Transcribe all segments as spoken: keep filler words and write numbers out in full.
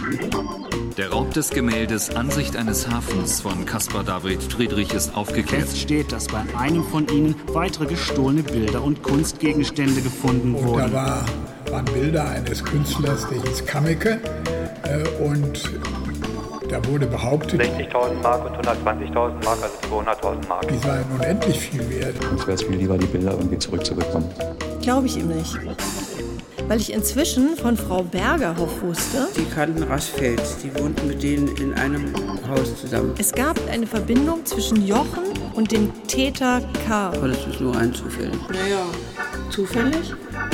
Der Raub des Gemäldes Ansicht eines Hafens von Caspar David Friedrich ist aufgeklärt. Fest steht, dass bei einem von ihnen weitere gestohlene Bilder und Kunstgegenstände gefunden und wurden. Da war, waren Bilder eines Künstlers, der hieß Kameke. Äh, und da wurde behauptet, sechzigtausend Mark und hundertzwanzigtausend Mark, also zweihunderttausend Mark. Die seien unendlich viel wert. Ich wäre es viel lieber, die Bilder irgendwie zurückzubekommen. Glaube ich ihm nicht. Weil ich inzwischen von Frau Bergerhoff wusste, die kannten Rassfeld, die wohnten mit denen in einem Haus zusammen. Es gab eine Verbindung zwischen Jochen und dem Täter K. Aber das ist nur ein Zufall. Naja, zufällig?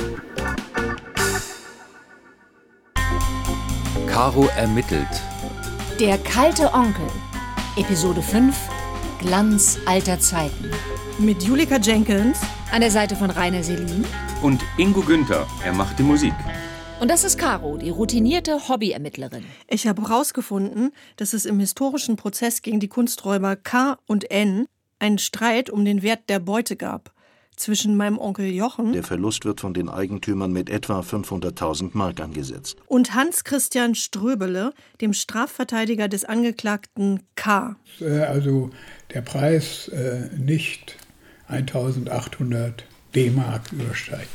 Caro ermittelt. Der kalte Onkel. Episode fünf. Glanz alter Zeiten. Mit Julika Jenkins. An der Seite von Rainer Selin. Und Ingo Günther, er macht die Musik. Und das ist Caro, die routinierte Hobbyermittlerin. Ich habe herausgefunden, dass es im historischen Prozess gegen die Kunsträuber K und N einen Streit um den Wert der Beute gab. Zwischen meinem Onkel Jochen, der Verlust wird von den Eigentümern mit etwa fünfhunderttausend Mark angesetzt, und Hans-Christian Ströbele, dem Strafverteidiger des Angeklagten K. Also der Preis äh, nicht eintausendachthundert D-Mark übersteigt.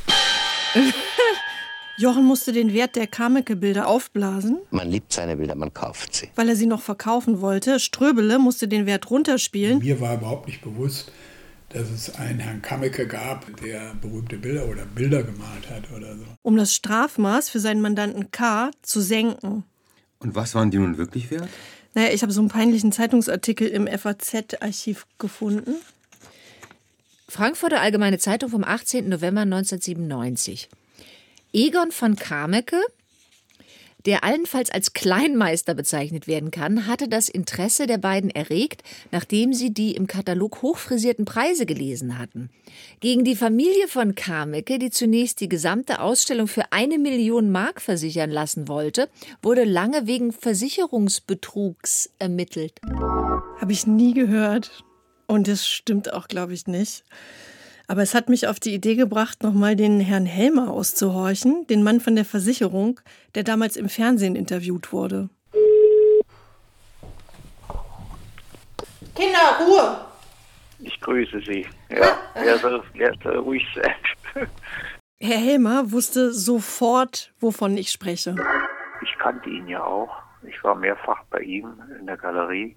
Jochen musste den Wert der Kameke-Bilder aufblasen. Man liebt seine Bilder, man kauft sie. Weil er sie noch verkaufen wollte. Ströbele musste den Wert runterspielen. Mir war überhaupt nicht bewusst, dass es einen Herrn Kameke gab, der berühmte Bilder oder Bilder gemalt hat oder so. Um das Strafmaß für seinen Mandanten K. zu senken. Und was waren die nun wirklich wert? Naja, ich habe so einen peinlichen Zeitungsartikel im F A Z-Archiv gefunden. Frankfurter Allgemeine Zeitung vom achtzehnten November neunzehnhundertsiebenundneunzig. Egon von Kameke, der allenfalls als Kleinmeister bezeichnet werden kann, hatte das Interesse der beiden erregt, nachdem sie die im Katalog hochfrisierten Preise gelesen hatten. Gegen die Familie von Kameke, die zunächst die gesamte Ausstellung für eine Million Mark versichern lassen wollte, wurde lange wegen Versicherungsbetrugs ermittelt. Habe ich nie gehört. Und das stimmt auch, glaube ich, nicht. Aber es hat mich auf die Idee gebracht, nochmal den Herrn Helmer auszuhorchen, den Mann von der Versicherung, der damals im Fernsehen interviewt wurde. Kinder, Ruhe! Ich grüße Sie. Ja, er soll, er soll ruhig sein. Herr Helmer wusste sofort, wovon ich spreche. Ich kannte ihn ja auch. Ich war mehrfach bei ihm in der Galerie.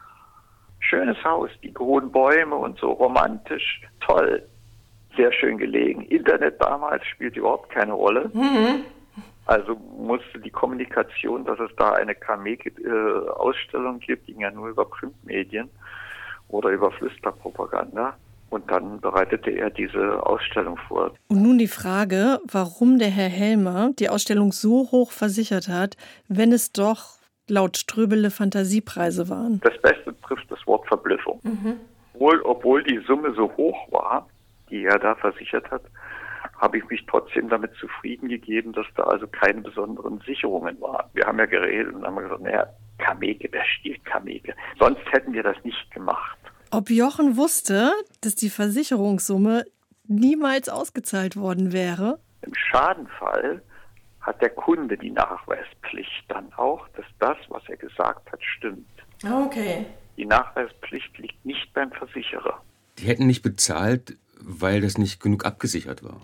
Schönes Haus, die hohen Bäume und so romantisch, toll. Sehr schön gelegen. Internet damals spielte überhaupt keine Rolle. Mhm. Also musste die Kommunikation, dass es da eine Kameke-Ausstellung gibt, ging ja nur über Printmedien oder über Flüsterpropaganda. Und dann bereitete er diese Ausstellung vor. Und nun die Frage, warum der Herr Helmer die Ausstellung so hoch versichert hat, wenn es doch laut Ströbele Fantasiepreise waren. Das Beste trifft das Wort Verblüffung. Mhm. Obwohl, obwohl die Summe so hoch war, die er da versichert hat, habe ich mich trotzdem damit zufrieden gegeben, dass da also keine besonderen Sicherungen waren. Wir haben ja geredet und haben gesagt, naja, Kameke, wer stiehlt Kameke? Sonst hätten wir das nicht gemacht. Ob Jochen wusste, dass die Versicherungssumme niemals ausgezahlt worden wäre? Im Schadenfall hat der Kunde die Nachweispflicht dann auch, dass das, was er gesagt hat, stimmt. Okay. Die Nachweispflicht liegt nicht beim Versicherer. Die hätten nicht bezahlt, weil das nicht genug abgesichert war.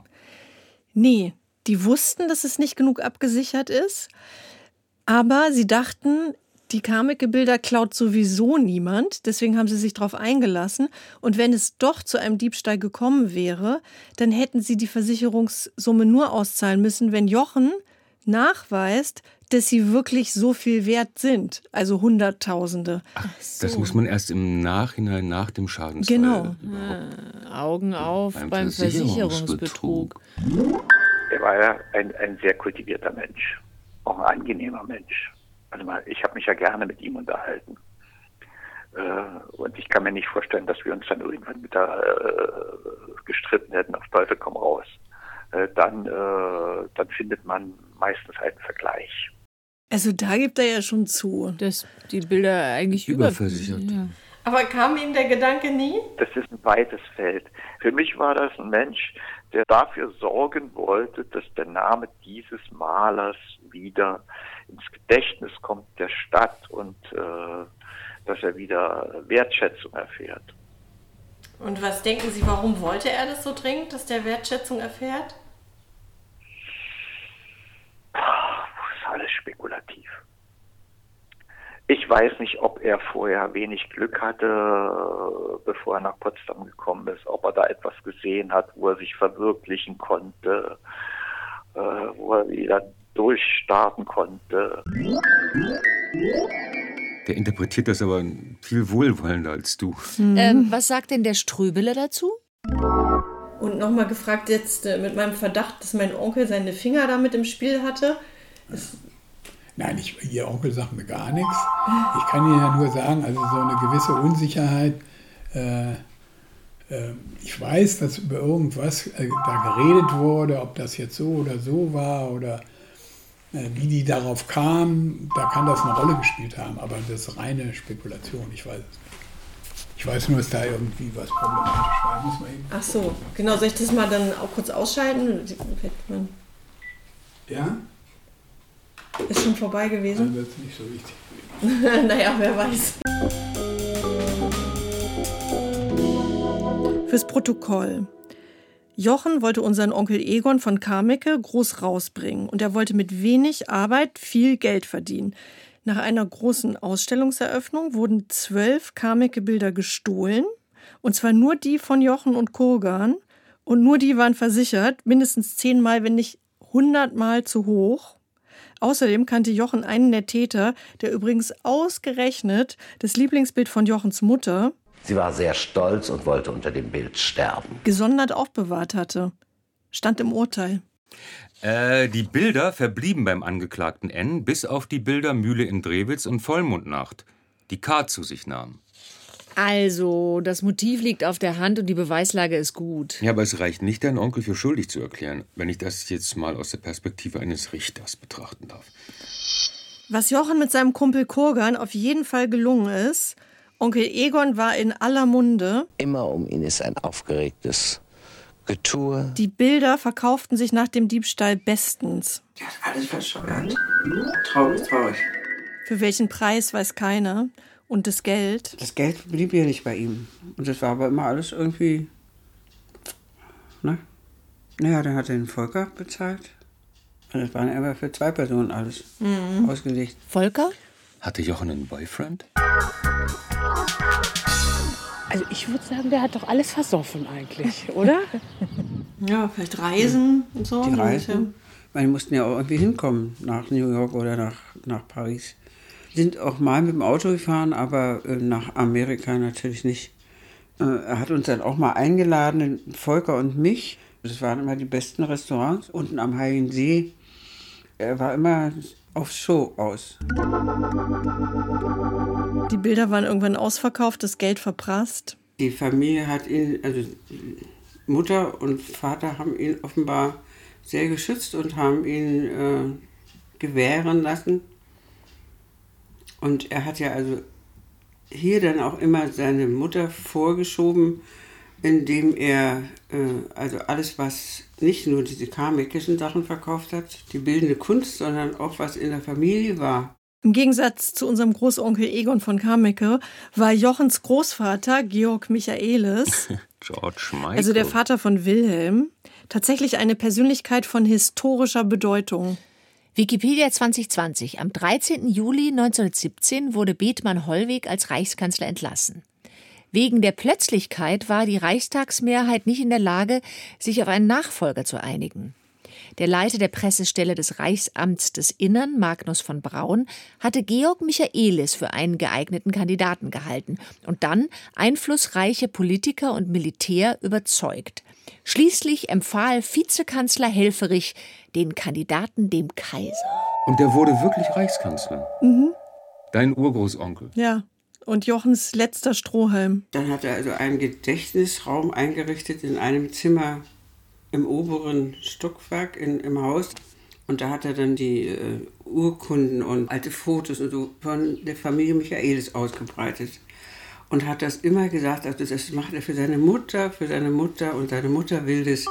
Nee, die wussten, dass es nicht genug abgesichert ist, aber sie dachten, die Kameke-Bilder klaut sowieso niemand, deswegen haben sie sich darauf eingelassen. Und wenn es doch zu einem Diebstahl gekommen wäre, dann hätten sie die Versicherungssumme nur auszahlen müssen, wenn Jochen nachweist, dass sie wirklich so viel wert sind, also Hunderttausende. Ach, so. Das muss man erst im Nachhinein, nach dem Schadensfall. Genau. Ah, Augen auf beim, beim Versicherungsbetrug. Er war ja ein, ein sehr kultivierter Mensch, auch ein angenehmer Mensch. Also mal, ich habe mich ja gerne mit ihm unterhalten. Äh, und ich kann mir nicht vorstellen, dass wir uns dann irgendwann wieder äh, gestritten hätten, auf Teufel komm raus. Äh, dann, äh, dann findet man meistens einen Vergleich. Also da gibt er ja schon zu, dass die Bilder eigentlich überversichert. Ja. Aber kam Ihnen der Gedanke nie? Das ist ein weites Feld. Für mich war das ein Mensch, der dafür sorgen wollte, dass der Name dieses Malers wieder ins Gedächtnis kommt der Stadt und äh, dass er wieder Wertschätzung erfährt. Und was denken Sie, warum wollte er das so dringend, dass der Wertschätzung erfährt? Das ist alles spekulativ. Ich weiß nicht, ob er vorher wenig Glück hatte, bevor er nach Potsdam gekommen ist, ob er da etwas gesehen hat, wo er sich verwirklichen konnte, äh, wo er wieder durchstarten konnte. Der interpretiert das aber viel wohlwollender als du. Mhm. Ähm, was sagt denn der Ströbele dazu? Und nochmal gefragt jetzt äh, mit meinem Verdacht, dass mein Onkel seine Finger da mit im Spiel hatte. Das Nein, ich, Ihr Onkel sagt mir gar nichts. Ich kann Ihnen ja nur sagen, also so eine gewisse Unsicherheit. Äh, äh, ich weiß, dass über irgendwas äh, da geredet wurde, ob das jetzt so oder so war oder äh, wie die darauf kamen. Da kann das eine Rolle gespielt haben, aber das ist reine Spekulation. Ich weiß es nicht. Ich weiß nur, dass da irgendwie was problematisch war. Muss man eben Ach so, genau. Soll ich das mal dann auch kurz ausschalten? Ja? Ist schon vorbei gewesen? Dann wird es nicht so wichtig. Naja, wer weiß. Fürs Protokoll. Jochen wollte unseren Onkel Egon von Kameke groß rausbringen und er wollte mit wenig Arbeit viel Geld verdienen. Nach einer großen Ausstellungseröffnung wurden zwölf Kameke-Bilder gestohlen und zwar nur die von Jochen und Kurgan und nur die waren versichert, mindestens zehnmal, wenn nicht hundertmal zu hoch. Außerdem kannte Jochen einen der Täter, der übrigens ausgerechnet das Lieblingsbild von Jochens Mutter, sie war sehr stolz und wollte unter dem Bild sterben, gesondert aufbewahrt hatte. Stand im Urteil. Äh, die Bilder verblieben beim Angeklagten N. bis auf die Bilder Mühle in Drewitz und Vollmondnacht, die K. zu sich nahm. Also, das Motiv liegt auf der Hand und die Beweislage ist gut. Ja, aber es reicht nicht, deinen Onkel für schuldig zu erklären, wenn ich das jetzt mal aus der Perspektive eines Richters betrachten darf. Was Jochen mit seinem Kumpel Kurgan auf jeden Fall gelungen ist, Onkel Egon war in aller Munde. Immer um ihn ist ein aufgeregtes Getue. Die Bilder verkauften sich nach dem Diebstahl bestens. Der hat alles verscheuert. Traurig, traurig. Für welchen Preis, weiß keiner. Und das Geld? Das Geld blieb ja nicht bei ihm. Und das war aber immer alles irgendwie... Ne? Naja, dann hat er den Volker bezahlt. Und das war immer für zwei Personen alles mhm. ausgelegt. Volker? Hatte Jochen einen Boyfriend? Also ich würde sagen, der hat doch alles versoffen eigentlich, oder? Ja, vielleicht Reisen und so. Die Reisen? Weil die mussten ja auch irgendwie hinkommen nach New York oder nach, nach Paris. Sind auch mal mit dem Auto gefahren, aber äh, nach Amerika natürlich nicht. Äh, er hat uns dann auch mal eingeladen, Volker und mich. Das waren immer die besten Restaurants unten am Heiligen See. Er war immer auf Show aus. Die Bilder waren irgendwann ausverkauft, das Geld verprasst. Die Familie hat ihn, also Mutter und Vater haben ihn offenbar sehr geschützt und haben ihn äh, gewähren lassen. Und er hat ja also hier dann auch immer seine Mutter vorgeschoben, indem er äh, also alles, was nicht nur diese karmikischen Sachen verkauft hat, die bildende Kunst, sondern auch was in der Familie war. Im Gegensatz zu unserem Großonkel Egon von Kameke war Jochens Großvater Georg Michaelis, George Michael. also der Vater von Wilhelm, tatsächlich eine Persönlichkeit von historischer Bedeutung. Wikipedia zwanzig zwanzig. Am dreizehnten Juli neunzehnhundertsiebzehn wurde Bethmann Hollweg als Reichskanzler entlassen. Wegen der Plötzlichkeit war die Reichstagsmehrheit nicht in der Lage, sich auf einen Nachfolger zu einigen. Der Leiter der Pressestelle des Reichsamts des Innern, Magnus von Braun, hatte Georg Michaelis für einen geeigneten Kandidaten gehalten und dann einflussreiche Politiker und Militär überzeugt. Schließlich empfahl Vizekanzler Helfferich den Kandidaten dem Kaiser. Und der wurde wirklich Reichskanzler? Mhm. Dein Urgroßonkel? Ja, und Jochens letzter Strohhalm. Dann hat er also einen Gedächtnisraum eingerichtet in einem Zimmer im oberen Stockwerk in, im Haus. Und da hat er dann die äh, Urkunden und alte Fotos und so von der Familie Michaelis ausgebreitet. Und hat das immer gesagt, also das macht er für seine Mutter, für seine Mutter und seine Mutter will das.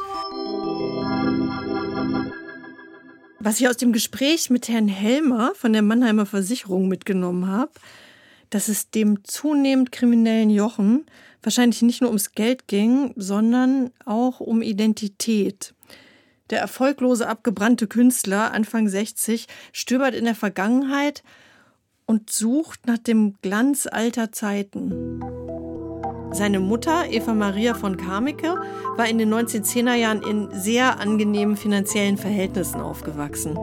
Was ich aus dem Gespräch mit Herrn Helmer von der Mannheimer Versicherung mitgenommen habe, dass es dem zunehmend kriminellen Jochen wahrscheinlich nicht nur ums Geld ging, sondern auch um Identität. Der erfolglose, abgebrannte Künstler, Anfang sechzig, stöbert in der Vergangenheit und sucht nach dem Glanz alter Zeiten. Seine Mutter, Eva Maria von Kameke, war in den neunzehnhundertzehner Jahren in sehr angenehmen finanziellen Verhältnissen aufgewachsen.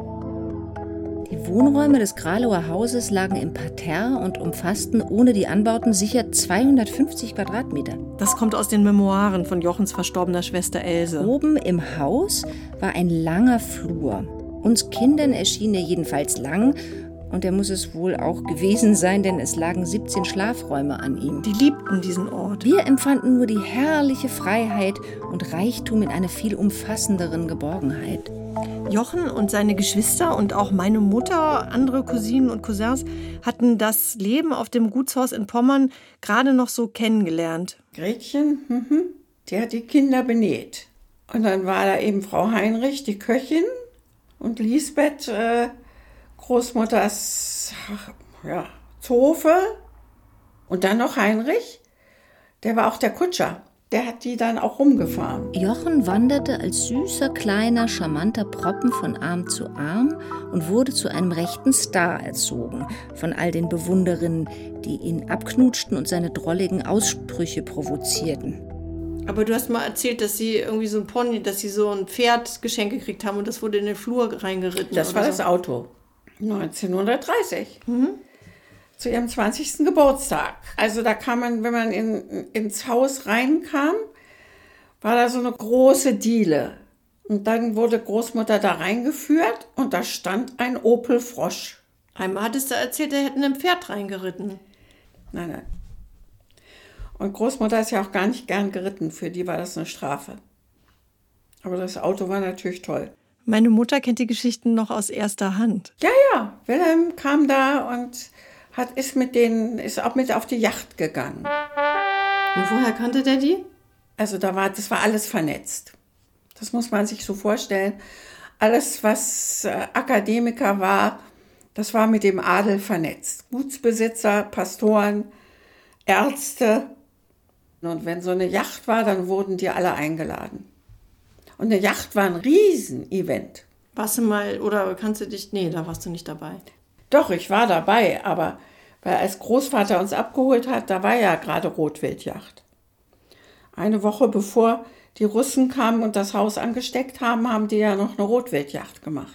Die Wohnräume des Kralower Hauses lagen im Parterre und umfassten ohne die Anbauten sicher zweihundertfünfzig Quadratmeter. Das kommt aus den Memoiren von Jochens verstorbener Schwester Else. Oben im Haus war ein langer Flur. Uns Kindern erschien er jedenfalls lang. Und er muss es wohl auch gewesen sein, denn es lagen siebzehn Schlafräume an ihm. Die liebten diesen Ort. Wir empfanden nur die herrliche Freiheit und Reichtum in einer viel umfassenderen Geborgenheit. Jochen und seine Geschwister und auch meine Mutter, andere Cousinen und Cousins, hatten das Leben auf dem Gutshaus in Pommern gerade noch so kennengelernt. Gretchen, mhm, die hat die Kinder benäht. Und dann war da eben Frau Heinrich, die Köchin, und Lisbeth, äh, Großmutters ja, Zofe. Und dann noch Heinrich, der war auch der Kutscher. Der hat die dann auch rumgefahren. Jochen wanderte als süßer, kleiner, charmanter Proppen von Arm zu Arm und wurde zu einem rechten Star erzogen von all den Bewunderinnen, die ihn abknutschten und seine drolligen Aussprüche provozierten. Aber du hast mal erzählt, dass sie irgendwie so ein Pony, dass sie so ein Pferd geschenkt gekriegt haben und das wurde in den Flur reingeritten. Das war oder das so. Auto. neunzehnhundertdreißig. Mhm. Zu ihrem zwanzigsten Geburtstag. Also da kam man, wenn man in, ins Haus reinkam, war da so eine große Diele. Und dann wurde Großmutter da reingeführt und da stand ein Opel Frosch. Einmal hattest du erzählt, er hätte ein Pferd reingeritten. Nein, nein. Und Großmutter ist ja auch gar nicht gern geritten. Für die war das eine Strafe. Aber das Auto war natürlich toll. Meine Mutter kennt die Geschichten noch aus erster Hand. Ja, ja. Wilhelm kam da und hat, ist, mit denen, ist auch mit auf die Yacht gegangen. Und woher kannte der die? Also da war, das war alles vernetzt. Das muss man sich so vorstellen. Alles, was äh, Akademiker war, das war mit dem Adel vernetzt. Gutsbesitzer, Pastoren, Ärzte. Und wenn so eine Yacht war, dann wurden die alle eingeladen. Und eine Yacht war ein Riesen-Event. Warst du mal, oder kannst du dich, nee, da warst du nicht dabei. Doch, ich war dabei, aber weil als Großvater uns abgeholt hat, da war ja gerade Rotwildjagd. Eine Woche bevor die Russen kamen und das Haus angesteckt haben, haben die ja noch eine Rotwildjagd gemacht.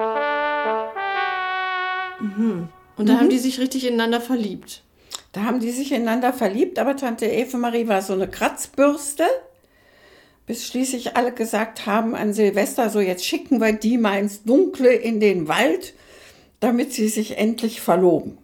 Mhm. Und da mhm. haben die sich richtig ineinander verliebt. Da haben die sich ineinander verliebt, aber Tante Eva Marie war so eine Kratzbürste, bis schließlich alle gesagt haben an Silvester, so jetzt schicken wir die mal ins Dunkle in den Wald, damit sie sich endlich verloben.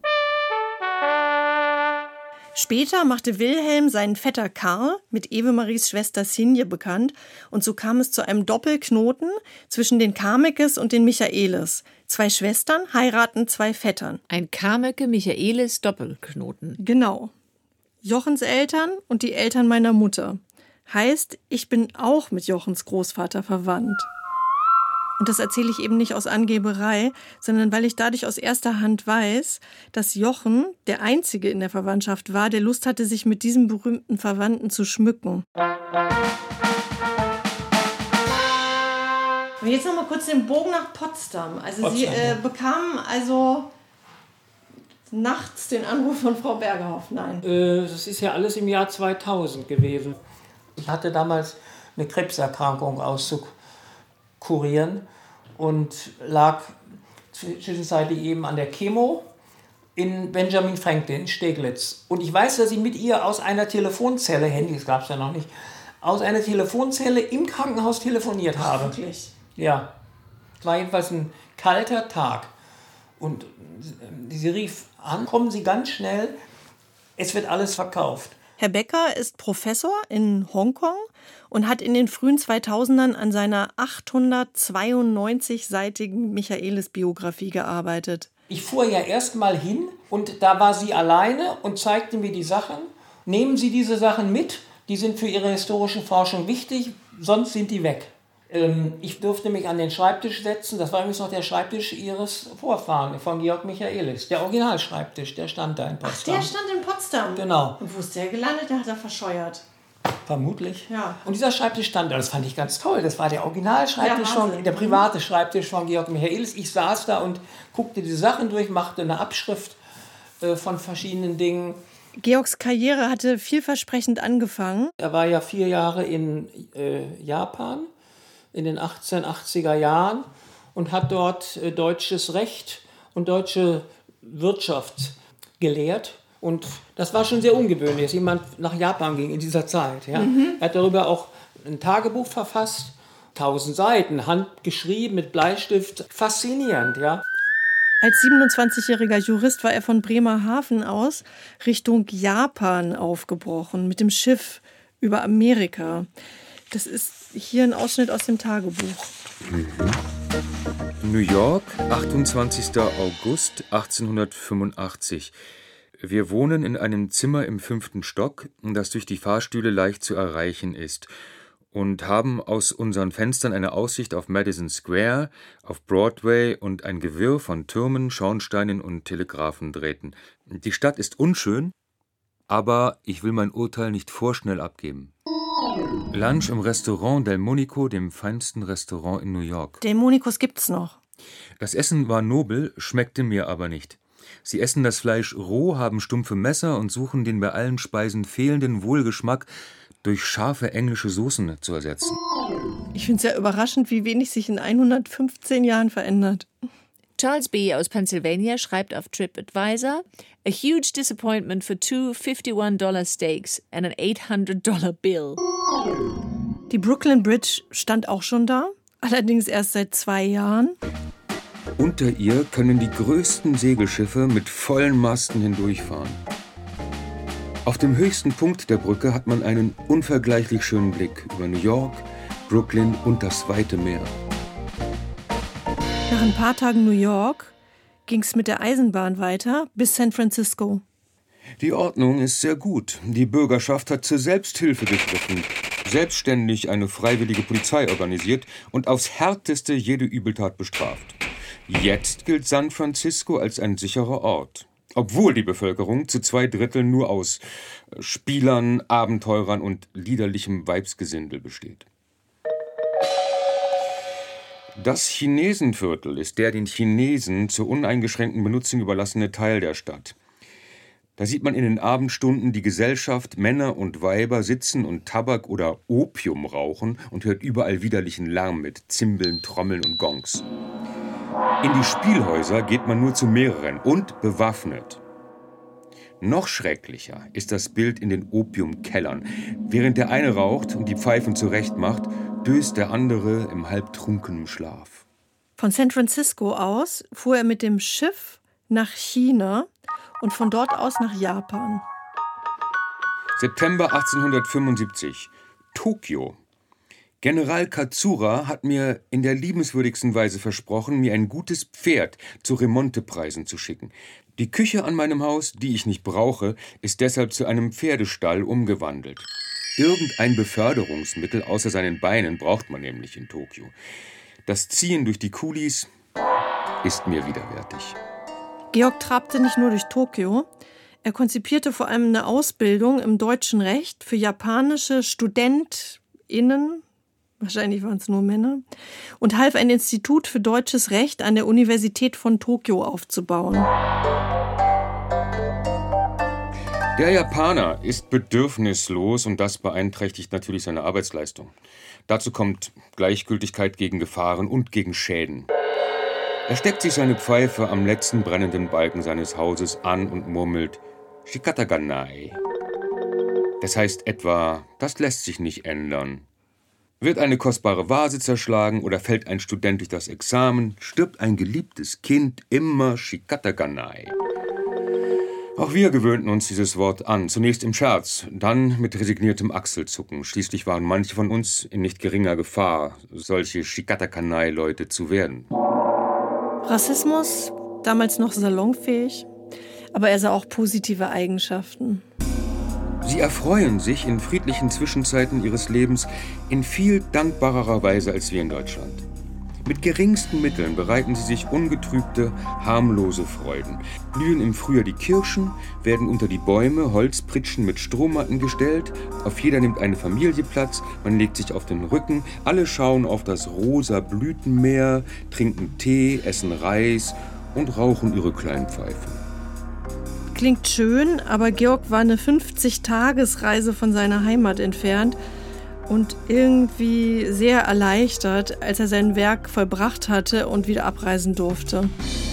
Später machte Wilhelm seinen Vetter Karl mit Eve-Maries Schwester Sinje bekannt und so kam es zu einem Doppelknoten zwischen den Kamekes und den Michaelis. Zwei Schwestern heiraten zwei Vettern. Ein Kameke-Michaelis-Doppelknoten. Genau. Jochens Eltern und die Eltern meiner Mutter. Heißt, ich bin auch mit Jochens Großvater verwandt. Und das erzähle ich eben nicht aus Angeberei, sondern weil ich dadurch aus erster Hand weiß, dass Jochen der Einzige in der Verwandtschaft war, der Lust hatte, sich mit diesem berühmten Verwandten zu schmücken. Und jetzt noch mal kurz den Bogen nach Potsdam. Also Potsdam. Sie äh, bekamen also nachts den Anruf von Frau Bergerhoff. Nein. Äh, das ist ja alles im Jahr zweitausend gewesen. Ich hatte damals eine Krebserkrankung auszukurieren und lag zwischenzeitlich eben an der Chemo in Benjamin Franklin in Steglitz. Und ich weiß, dass ich mit ihr aus einer Telefonzelle, Handys gab es ja noch nicht, aus einer Telefonzelle im Krankenhaus telefoniert habe. Ach, wirklich? Ja. Es war jedenfalls ein kalter Tag. Und sie rief an, kommen Sie ganz schnell, es wird alles verkauft. Herr Becker ist Professor in Hongkong und hat in den frühen zweitausendern an seiner achthundertzweiundneunzig-seitigen Michaelis-Biografie gearbeitet. Ich fuhr ja erst mal hin und da war sie alleine und zeigte mir die Sachen nehmen Sie diese Sachen mit, die sind für Ihre historische Forschung wichtig, sonst sind die weg. Ähm, ich durfte mich an den Schreibtisch setzen, das war übrigens noch der Schreibtisch Ihres Vorfahren, von Georg Michaelis, der Originalschreibtisch, der stand da in Potsdam. Ach, der stand in Potsdam? Genau. Und wo ist der gelandet? Der hat er verscheuert. Vermutlich. Ja. Und dieser Schreibtisch stand da, das fand ich ganz toll. Das war der Originalschreibtisch, Ja, von, der private Schreibtisch von Georg Michaelis. Ich saß da und guckte die Sachen durch, machte eine Abschrift äh, von verschiedenen Dingen. Georgs Karriere hatte vielversprechend angefangen. Er war ja vier Jahre in äh, Japan in den achtzehnhundertachtziger Jahren und hat dort äh, deutsches Recht und deutsche Wirtschaft gelehrt. Und das war schon sehr ungewöhnlich, dass jemand nach Japan ging in dieser Zeit. Ja. Mhm. Er hat darüber auch ein Tagebuch verfasst, tausend Seiten, handgeschrieben mit Bleistift, faszinierend. Ja. Als siebenundzwanzigjähriger Jurist war er von Bremerhaven aus Richtung Japan aufgebrochen, mit dem Schiff über Amerika. Das ist hier ein Ausschnitt aus dem Tagebuch. Mhm. New York, achtundzwanzigster August achtzehnhundertfünfundachtzig. Wir wohnen in einem Zimmer im fünften Stock, das durch die Fahrstühle leicht zu erreichen ist, und haben aus unseren Fenstern eine Aussicht auf Madison Square, auf Broadway und ein Gewirr von Türmen, Schornsteinen und Telegraphendrähten. Die Stadt ist unschön, aber ich will mein Urteil nicht vorschnell abgeben. Lunch im Restaurant Delmonico, dem feinsten Restaurant in New York. Delmonicos gibt's noch. Das Essen war nobel, schmeckte mir aber nicht. Sie essen das Fleisch roh, haben stumpfe Messer und suchen den bei allen Speisen fehlenden Wohlgeschmack durch scharfe englische Soßen zu ersetzen. Ich finde es ja überraschend, wie wenig sich in hundertfünfzehn Jahren verändert. Charles B. aus Pennsylvania schreibt auf TripAdvisor: A huge disappointment for two fifty-one dollar steaks and an eight hundred dollar bill. Die Brooklyn Bridge stand auch schon da, allerdings erst seit zwei Jahren. Unter ihr können die größten Segelschiffe mit vollen Masten hindurchfahren. Auf dem höchsten Punkt der Brücke hat man einen unvergleichlich schönen Blick über New York, Brooklyn und das weite Meer. Nach ein paar Tagen New York ging es mit der Eisenbahn weiter bis San Francisco. Die Ordnung ist sehr gut. Die Bürgerschaft hat zur Selbsthilfe gegriffen, selbstständig eine freiwillige Polizei organisiert und aufs Härteste jede Übeltat bestraft. Jetzt gilt San Francisco als ein sicherer Ort, obwohl die Bevölkerung zu zwei Dritteln nur aus Spielern, Abenteurern und liederlichem Weibsgesindel besteht. Das Chinesenviertel ist der den Chinesen zur uneingeschränkten Benutzung überlassene Teil der Stadt. Da sieht man in den Abendstunden die Gesellschaft, Männer und Weiber sitzen und Tabak oder Opium rauchen und hört überall widerlichen Lärm mit Zimbeln, Trommeln und Gongs. In die Spielhäuser geht man nur zu mehreren und bewaffnet. Noch schrecklicher ist das Bild in den Opiumkellern. Während der eine raucht und die Pfeifen zurechtmacht, döst der andere im halbtrunkenen Schlaf. Von San Francisco aus fuhr er mit dem Schiff nach China und von dort aus nach Japan. September achtzehnhundertfünfundsiebzig. Tokio. General Katsura hat mir in der liebenswürdigsten Weise versprochen, mir ein gutes Pferd zu Remontepreisen zu schicken. Die Küche an meinem Haus, die ich nicht brauche, ist deshalb zu einem Pferdestall umgewandelt. Irgendein Beförderungsmittel außer seinen Beinen braucht man nämlich in Tokio. Das Ziehen durch die Kulis ist mir widerwärtig. Georg trabte nicht nur durch Tokio. Er konzipierte vor allem eine Ausbildung im deutschen Recht für japanische StudentInnen, wahrscheinlich waren es nur Männer, und half ein Institut für deutsches Recht an der Universität von Tokio aufzubauen. Der Japaner ist bedürfnislos und das beeinträchtigt natürlich seine Arbeitsleistung. Dazu kommt Gleichgültigkeit gegen Gefahren und gegen Schäden. Er steckt sich seine Pfeife am letzten brennenden Balken seines Hauses an und murmelt Shikataganai. Das heißt etwa, das lässt sich nicht ändern. Wird eine kostbare Vase zerschlagen oder fällt ein Student durch das Examen, stirbt ein geliebtes Kind, immer Shikataganai. Auch wir gewöhnten uns dieses Wort an, zunächst im Scherz, dann mit resigniertem Achselzucken. Schließlich waren manche von uns in nicht geringer Gefahr, solche Shikataganai-Leute zu werden. Rassismus, damals noch salonfähig, aber er sah auch positive Eigenschaften. Sie erfreuen sich in friedlichen Zwischenzeiten ihres Lebens in viel dankbarerer Weise als wir in Deutschland. Mit geringsten Mitteln bereiten sie sich ungetrübte, harmlose Freuden. Blühen im Frühjahr die Kirschen, werden unter die Bäume Holzpritschen mit Strohmatten gestellt, auf jeder nimmt eine Familie Platz, man legt sich auf den Rücken, alle schauen auf das rosa Blütenmeer, trinken Tee, essen Reis und rauchen ihre kleinen Pfeifen. Klingt schön, aber Georg war eine fünfzig-Tages-Reise von seiner Heimat entfernt und irgendwie sehr erleichtert, als er sein Werk vollbracht hatte und wieder abreisen durfte.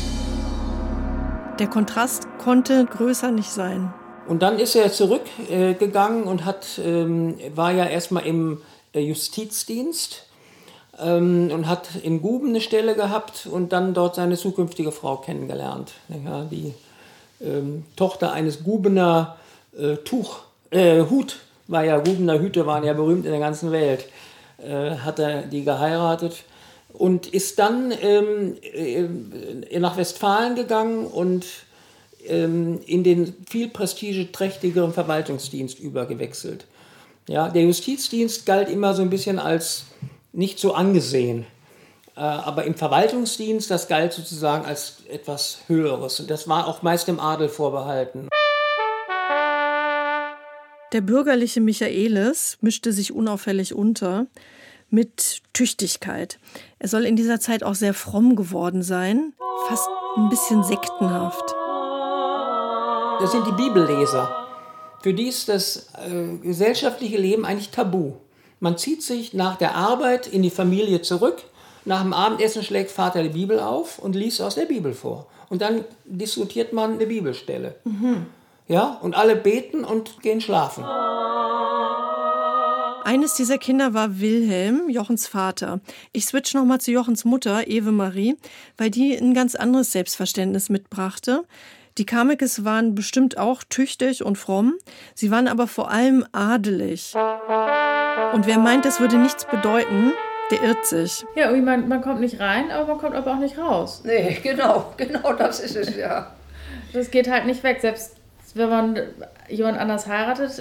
Der Kontrast konnte größer nicht sein. Und dann ist er zurückgegangen äh, und hat, ähm, war ja erstmal im äh, Justizdienst ähm, und hat in Guben eine Stelle gehabt und dann dort seine zukünftige Frau kennengelernt. Ja, die ähm, Tochter eines Gubener äh, Tuch, äh, Hut, war ja, Gubener Hüte waren ja berühmt in der ganzen Welt, äh, hat er die geheiratet und ist dann ähm, äh, nach Westfalen gegangen und ähm, in den viel prestigeträchtigeren Verwaltungsdienst übergewechselt. Ja, der Justizdienst galt immer so ein bisschen als nicht so angesehen, äh, aber im Verwaltungsdienst, das galt sozusagen als etwas Höheres und das war auch meist dem Adel vorbehalten. Der bürgerliche Michaelis mischte sich unauffällig unter mit Tüchtigkeit. Er soll in dieser Zeit auch sehr fromm geworden sein, fast ein bisschen sektenhaft. Das sind die Bibelleser. Für die ist das äh, gesellschaftliche Leben eigentlich tabu. Man zieht sich nach der Arbeit in die Familie zurück, nach dem Abendessen schlägt Vater die Bibel auf und liest aus der Bibel vor. Und dann diskutiert man eine Bibelstelle. Mhm. Ja, und alle beten und gehen schlafen. Eines dieser Kinder war Wilhelm, Jochens Vater. Ich switch nochmal zu Jochens Mutter, Ewe Marie, weil die ein ganz anderes Selbstverständnis mitbrachte. Die Kamekes waren bestimmt auch tüchtig und fromm, sie waren aber vor allem adelig. Und wer meint, das würde nichts bedeuten, der irrt sich. Ja, man, man kommt nicht rein, aber man kommt aber auch nicht raus. Nee, genau, genau das ist es, ja. Das geht halt nicht weg, selbst wenn man jemand anders heiratet,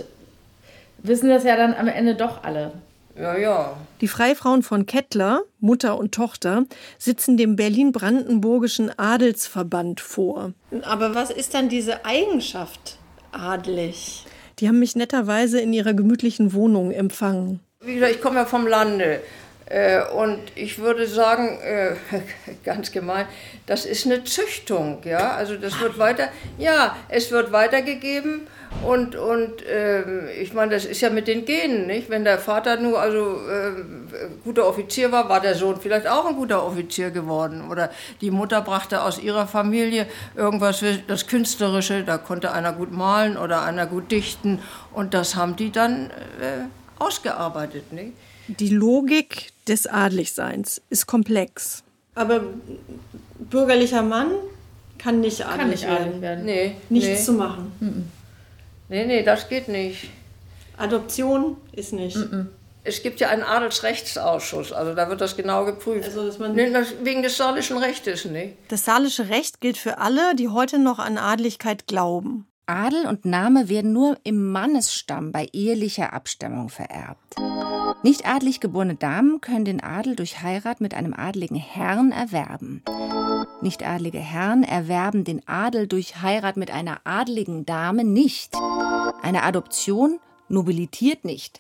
wissen das ja dann am Ende doch alle. Ja, ja. Die Freifrauen von Kettler, Mutter und Tochter, sitzen dem Berlin-Brandenburgischen Adelsverband vor. Aber was ist dann diese Eigenschaft adelig? Die haben mich netterweise in ihrer gemütlichen Wohnung empfangen. Wie gesagt, ich komme ja vom Lande. Und ich würde sagen, ganz gemein, das ist eine Züchtung, ja, also das wird weiter, ja, es wird weitergegeben und, und ähm, ich meine, das ist ja mit den Genen, nicht, wenn der Vater nur also ähm, guter Offizier war, war der Sohn vielleicht auch ein guter Offizier geworden oder die Mutter brachte aus ihrer Familie irgendwas, das Künstlerische, da konnte einer gut malen oder einer gut dichten und das haben die dann äh, ausgearbeitet, nicht? Die Logik des Adligseins ist komplex. Aber bürgerlicher Mann kann nicht adelig, kann nicht werden. adelig werden. Nee, Nichts nee. zu machen. Mhm. Nee, nee, das geht nicht. Adoption ist nicht. Mhm. Es gibt ja einen Adelsrechtsausschuss, also da wird das genau geprüft. Also, dass man nee, das, wegen des saalischen Rechtes, nicht? Das saalische Recht gilt für alle, die heute noch an Adeligkeit glauben. Adel und Name werden nur im Mannesstamm bei ehelicher Abstammung vererbt. Nicht adelig geborene Damen können den Adel durch Heirat mit einem adeligen Herrn erwerben. Nicht adelige Herren erwerben den Adel durch Heirat mit einer adeligen Dame nicht. Eine Adoption nobilitiert nicht.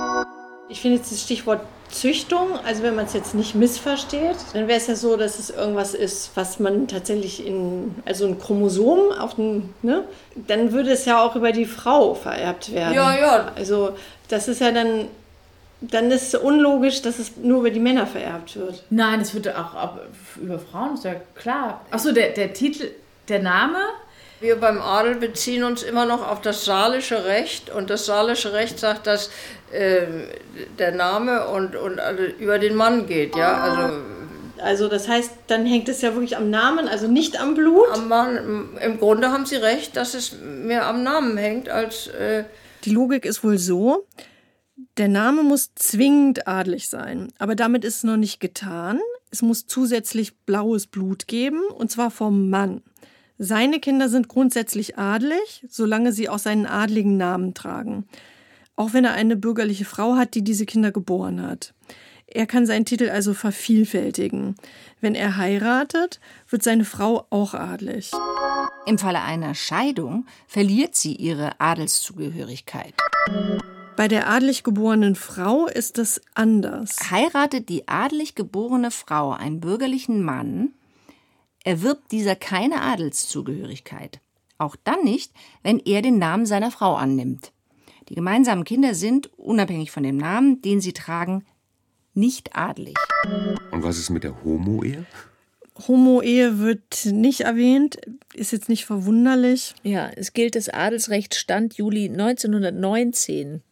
Ich finde jetzt das Stichwort Züchtung, also wenn man es jetzt nicht missversteht, dann wäre es ja so, dass es irgendwas ist, was man tatsächlich in, also ein Chromosom auf den, ne, dann würde es ja auch über die Frau vererbt werden. Ja, ja. Also das ist ja dann, dann ist es unlogisch, dass es nur über die Männer vererbt wird. Nein, es wird auch, auch über Frauen, ist ja klar. Achso, der, der Titel, der Name? Wir beim Adel beziehen uns immer noch auf das saalische Recht und das saalische Recht sagt, dass äh, der Name und, und also über den Mann geht, ja, also... Also das heißt, dann hängt es ja wirklich am Namen, also nicht am Blut? Am Mann, im Grunde haben Sie recht, dass es mehr am Namen hängt als... Äh Die Logik ist wohl so, der Name muss zwingend adelig sein, aber damit ist es noch nicht getan. Es muss zusätzlich blaues Blut geben, und zwar vom Mann. Seine Kinder sind grundsätzlich adelig, solange sie auch seinen adligen Namen tragen. Auch wenn er eine bürgerliche Frau hat, die diese Kinder geboren hat. Er kann seinen Titel also vervielfältigen. Wenn er heiratet, wird seine Frau auch adelig. Im Falle einer Scheidung verliert sie ihre Adelszugehörigkeit. Bei der adelig geborenen Frau ist es anders. Heiratet die adelig geborene Frau einen bürgerlichen Mann, erwirbt dieser keine Adelszugehörigkeit. Auch dann nicht, wenn er den Namen seiner Frau annimmt. Die gemeinsamen Kinder sind, unabhängig von dem Namen, den sie tragen, nicht adelig. Und was ist mit der Homo-Ehe? Homo-Ehe wird nicht erwähnt, ist jetzt nicht verwunderlich. Ja, es gilt das Adelsrecht Stand Juli neunzehnhundertneunzehn.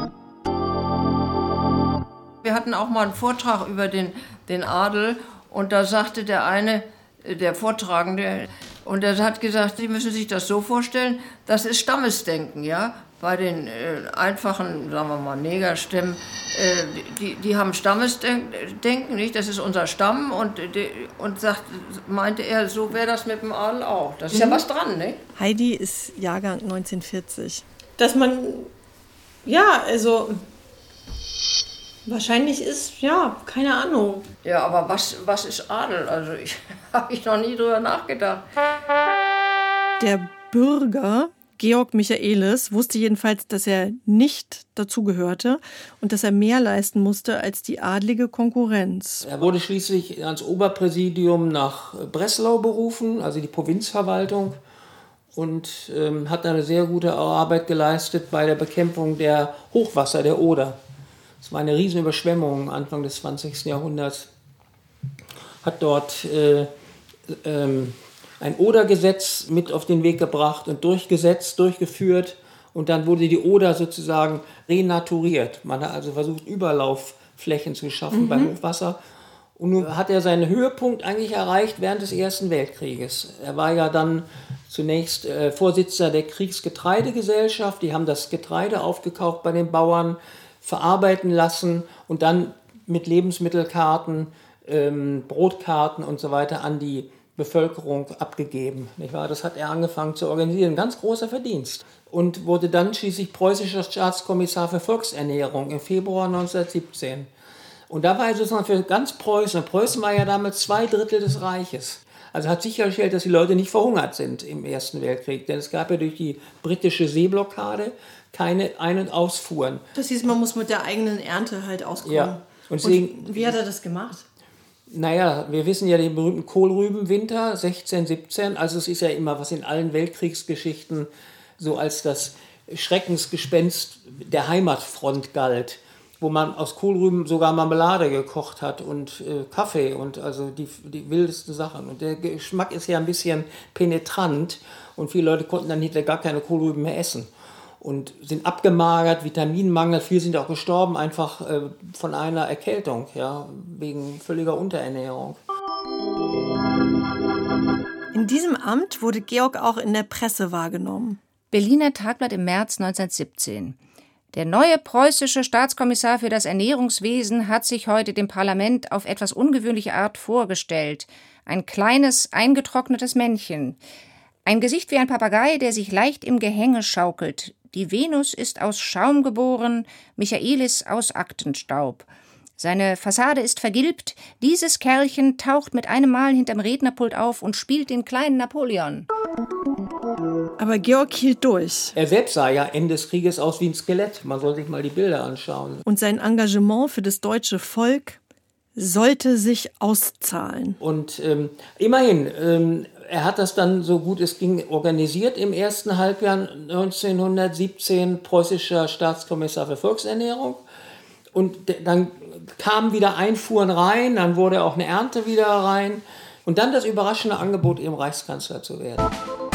Wir hatten auch mal einen Vortrag über den, den Adel und da sagte der eine, der Vortragende, und er hat gesagt, Sie müssen sich das so vorstellen, das ist Stammesdenken, ja. Bei den äh, einfachen, sagen wir mal, Negerstämmen, äh, die, die haben Stammesdenken, nicht? Das ist unser Stamm und, die, und sagt, meinte er, so wäre das mit dem Adel auch. Das ist mhm. ja was dran, ne? Heidi ist Jahrgang neunzehnhundertvierzig. Dass man, ja, also wahrscheinlich ist, ja, keine Ahnung. Ja, aber was, was ist Adel? Also ich habe ich noch nie drüber nachgedacht. Der Bürger Georg Michaelis wusste jedenfalls, dass er nicht dazugehörte und dass er mehr leisten musste als die adlige Konkurrenz. Er wurde schließlich ans Oberpräsidium nach Breslau berufen, also die Provinzverwaltung, und ähm, hat eine sehr gute Arbeit geleistet bei der Bekämpfung der Hochwasser der Oder. Es war eine Riesenüberschwemmung Anfang des zwanzigsten Jahrhunderts. Hat dort äh, ähm, ein Odergesetz mit auf den Weg gebracht und durchgesetzt, durchgeführt. Und dann wurde die Oder sozusagen renaturiert. Man hat also versucht, Überlaufflächen zu schaffen mhm. beim Hochwasser. Und nun hat er seinen Höhepunkt eigentlich erreicht während des Ersten Weltkrieges. Er war ja dann zunächst äh, Vorsitzender der Kriegsgetreidegesellschaft. Die haben das Getreide aufgekauft bei den Bauern, verarbeiten lassen und dann mit Lebensmittelkarten, ähm, Brotkarten und so weiter an die Bevölkerung abgegeben. Nicht wahr? Das hat er angefangen zu organisieren. Ein ganz großer Verdienst. Und wurde dann schließlich preußischer Staatskommissar für Volksernährung im Februar neunzehnhundertsiebzehn. Und da war er sozusagen für ganz Preußen. Und Preußen war ja damals zwei Drittel des Reiches. Also hat sichergestellt, dass die Leute nicht verhungert sind im Ersten Weltkrieg. Denn es gab ja durch die britische Seeblockade keine Ein- und Ausfuhren. Das hieß, man muss mit der eigenen Ernte halt auskommen. Ja. Und, deswegen, und wie hat er das gemacht? Naja, wir wissen ja den berühmten Kohlrübenwinter sechzehn siebzehn. Also es ist ja immer, was in allen Weltkriegsgeschichten so als das Schreckensgespenst der Heimatfront galt, wo man aus Kohlrüben sogar Marmelade gekocht hat und äh, Kaffee und also die, die wildesten Sachen. Und der Geschmack ist ja ein bisschen penetrant und viele Leute konnten dann hinterher gar keine Kohlrüben mehr essen und sind abgemagert, Vitaminmangel. Viele sind auch gestorben einfach äh, von einer Erkältung, ja, wegen völliger Unterernährung. In diesem Amt wurde Georg auch in der Presse wahrgenommen. Berliner Tagblatt im März neunzehnhundertsiebzehn. Der neue preußische Staatskommissar für das Ernährungswesen hat sich heute dem Parlament auf etwas ungewöhnliche Art vorgestellt. Ein kleines, eingetrocknetes Männchen. Ein Gesicht wie ein Papagei, der sich leicht im Gehänge schaukelt. Die Venus ist aus Schaum geboren, Michaelis aus Aktenstaub. Seine Fassade ist vergilbt. Dieses Kerlchen taucht mit einem Mal hinterm Rednerpult auf und spielt den kleinen Napoleon. Aber Georg hielt durch. Er selbst sah ja Ende des Krieges aus wie ein Skelett. Man soll sich mal die Bilder anschauen. Und sein Engagement für das deutsche Volk sollte sich auszahlen. Und ähm, immerhin, ähm, er hat das dann so gut es ging organisiert im ersten Halbjahr neunzehnhundertsiebzehn, preußischer Staatskommissar für Volksernährung. Und dann kamen wieder Einfuhren rein, dann wurde auch eine Ernte wieder rein. Und dann das überraschende Angebot, eben Reichskanzler zu werden.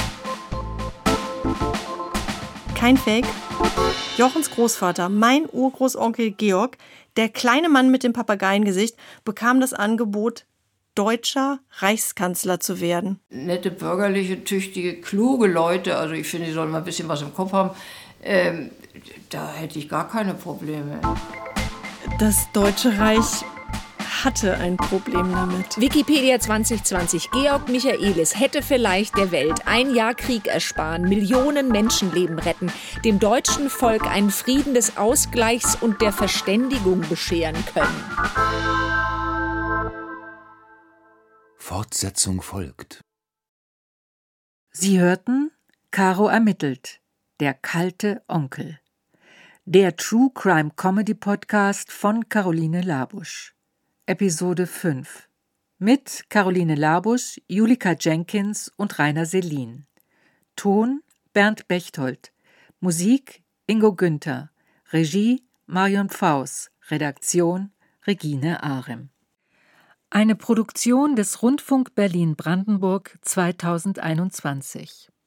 Kein Fake. Jochens Großvater, mein Urgroßonkel Georg, der kleine Mann mit dem Papageiengesicht, bekam das Angebot, deutscher Reichskanzler zu werden. Nette, bürgerliche, tüchtige, kluge Leute, also ich finde, die sollen mal ein bisschen was im Kopf haben, ähm, da hätte ich gar keine Probleme. Das Deutsche Reich hatte ein Problem damit. Wikipedia zwanzig zwanzig. Georg Michaelis hätte vielleicht der Welt ein Jahr Krieg ersparen, Millionen Menschenleben retten, dem deutschen Volk einen Frieden des Ausgleichs und der Verständigung bescheren können. Fortsetzung folgt. Sie hörten Caro ermittelt, der kalte Onkel. Der True Crime Comedy Podcast von Caroline Labusch. Episode fünf. Mit Caroline Labusch, Julika Jenkins und Rainer Selin. Ton Bernd Bechtold. Musik Ingo Günther. Regie Marion Pfaus. Redaktion Regine Arem. Eine Produktion des Rundfunk Berlin-Brandenburg zweitausendeinundzwanzig.